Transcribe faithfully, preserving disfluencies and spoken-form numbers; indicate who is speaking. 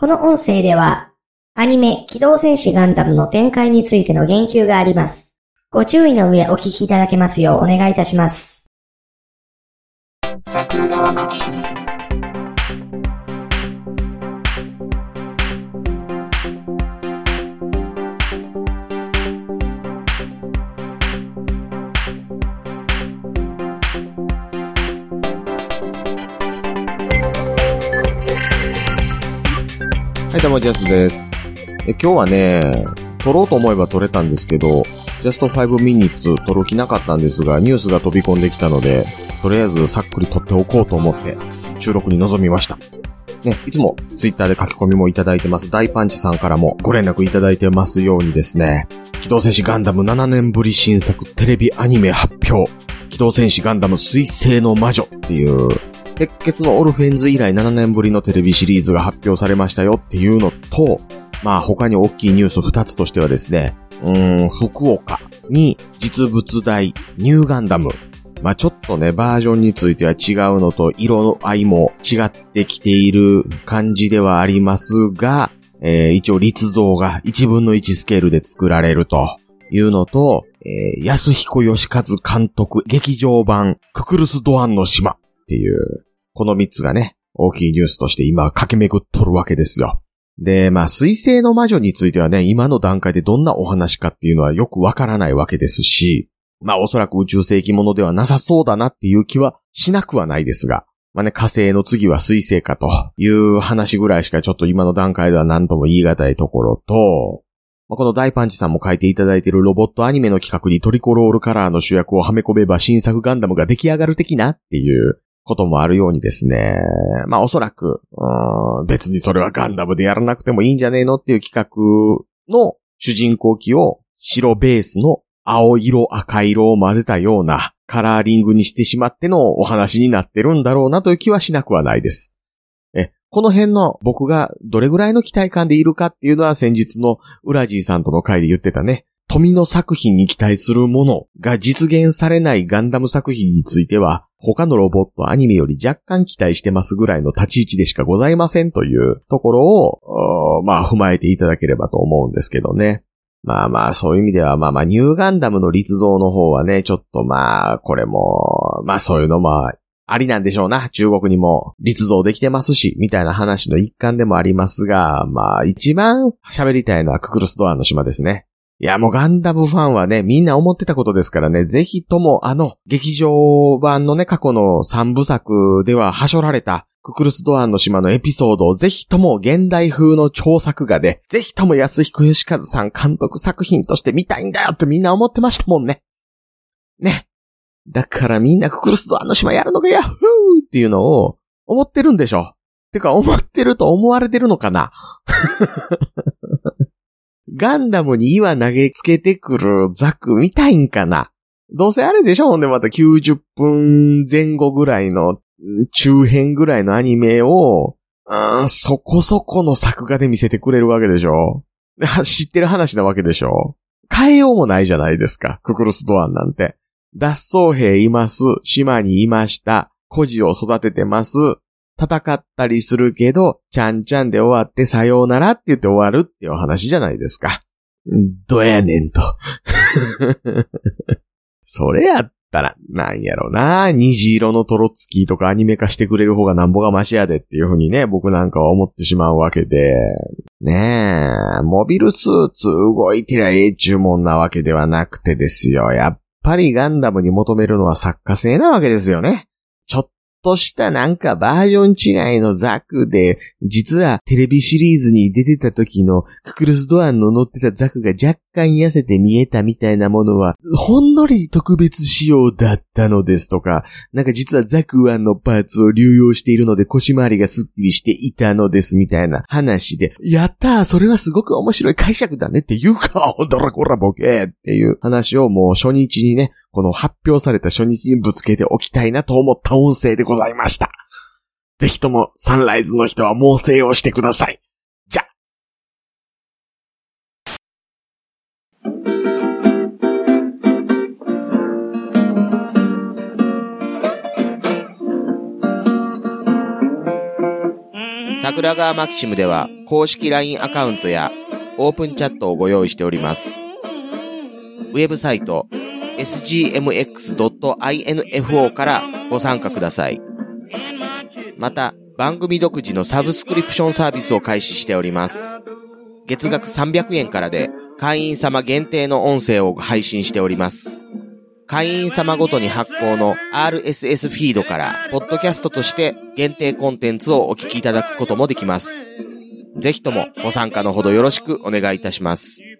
Speaker 1: この音声では、アニメ、機動戦士ガンダムの展開についての言及があります。ご注意の上お聞きいただけますようお願いいたします。
Speaker 2: 桜川マキシム。
Speaker 3: はい、どうも、ジャスです。え、今日はね、撮ろうと思えば撮れたんですけど、ジャストファイブミニッツ撮る気なかったんですが、ニュースが飛び込んできたので、とりあえずさっくり撮っておこうと思って収録に臨みました。ね、いつもツイッターで書き込みもいただいてます大パンチさんからもご連絡いただいてますようにですね、機動戦士ガンダムななねんぶり新作テレビアニメ発表、機動戦士ガンダム水星の魔女っていう、鉄血のオルフェンズ以来ななねんぶりのテレビシリーズが発表されましたよっていうのと、まあ他に大きいニュースふたつとしてはですね、うーん、福岡に実物大ニューガンダム。まあちょっとね、バージョンについては違うのと色合いも違ってきている感じではありますが、えー、一応立像がいちぶんのいちスケールで作られるというのと、えー、安彦義和監督劇場版ククルスドアンの島っていう、このみっつがね、大きいニュースとして今駆け巡っとるわけですよ。で、まあ、水星の魔女についてはね、今の段階でどんなお話かっていうのはよくわからないわけですし、まあ、おそらく宇宙世紀ものではなさそうだなっていう気はしなくはないですが、まあね、火星の次は水星かという話ぐらいしかちょっと今の段階では何とも言い難いところと、まあ、この大パンチさんも書いていただいているロボットアニメの企画にトリコロールカラーの主役をはめ込めば新作ガンダムが出来上がる的なっていうこともあるようにですね。まあおそらく、うーん、別にそれはガンダムでやらなくてもいいんじゃねえのっていう企画の主人公機を白ベースの青色赤色を混ぜたようなカラーリングにしてしまってのお話になってるんだろうなという気はしなくはないです。え、この辺の僕がどれぐらいの期待感でいるかっていうのは先日のウラジーさんとの回で言ってたね。富の作品に期待するものが実現されないガンダム作品については、他のロボットアニメより若干期待してますぐらいの立ち位置でしかございませんというところを、まあ踏まえていただければと思うんですけどね。まあまあそういう意味ではまあまあニューガンダムの立像の方はね、ちょっとまあこれも、まあそういうのまあありなんでしょうな。中国にも立像できてますし、みたいな話の一環でもありますが、まあ一番喋りたいのはククルスドアンの島ですね。いや、もうガンダムファンはね、みんな思ってたことですからね、ぜひともあの、劇場版のね、過去の三部作でははしょられた、ククルスドアンの島のエピソードをぜひとも現代風の超作画で、ぜひとも安彦義和さん監督作品として見たいんだよってみんな思ってましたもんね。ね。だからみんなククルスドアンの島やるのがヤッフーっていうのを思ってるんでしょ。てか思ってると思われてるのかなガンダムに岩投げつけてくるザク見たいんかな。どうせあれでしょ。ほんでまたきゅうじゅっぷんぜん後ぐらいの中編ぐらいのアニメを、うーん、そこそこの作画で見せてくれるわけでしょ。知ってる話なわけでしょ。変えようもないじゃないですか。ククルスドアンなんて。脱走兵います。島にいました。孤児を育ててます。戦ったりするけど、ちゃんちゃんで終わってさようならって言って終わるっていうお話じゃないですか。どやねんと。それやったら、なんやろな。虹色のトロツキーとかアニメ化してくれる方がなんぼがマシやでっていう風にね、僕なんかは思ってしまうわけで。ねえ、モビルスーツ動いてりゃええ注文なわけではなくてですよ。やっぱりガンダムに求めるのは作家性なわけですよね。ちょっとしたなんかバージョン違いのザクで、実はテレビシリーズに出てた時のククルスドアンの乗ってたザクが若干痩せて見えたみたいなものは、ほんのり特別仕様だったのですとか、なんか実はザクワンのパーツを流用しているので腰回りがスッキリしていたのですみたいな話で、やったーそれはすごく面白い解釈だねって言うか、ほんだらこらボケーっていう話をもう初日にね、この発表された初日にぶつけておきたいなと思った音声でございました。ぜひともサンライズの人は猛省をしてください。じゃ。 桜川マキシムでは公式 ライン アカウントやオープンチャットをご用意しております。ウェブサイト エスジーエムエックスドットインフォー からご参加ください。また、番組独自のサブスクリプションサービスを開始しております。月額さんびゃくえんからで会員様限定の音声を配信しております。会員様ごとに発行の アールエスエス フィードからポッドキャストとして限定コンテンツをお聞きいただくこともできます。ぜひともご参加のほどよろしくお願いいたします。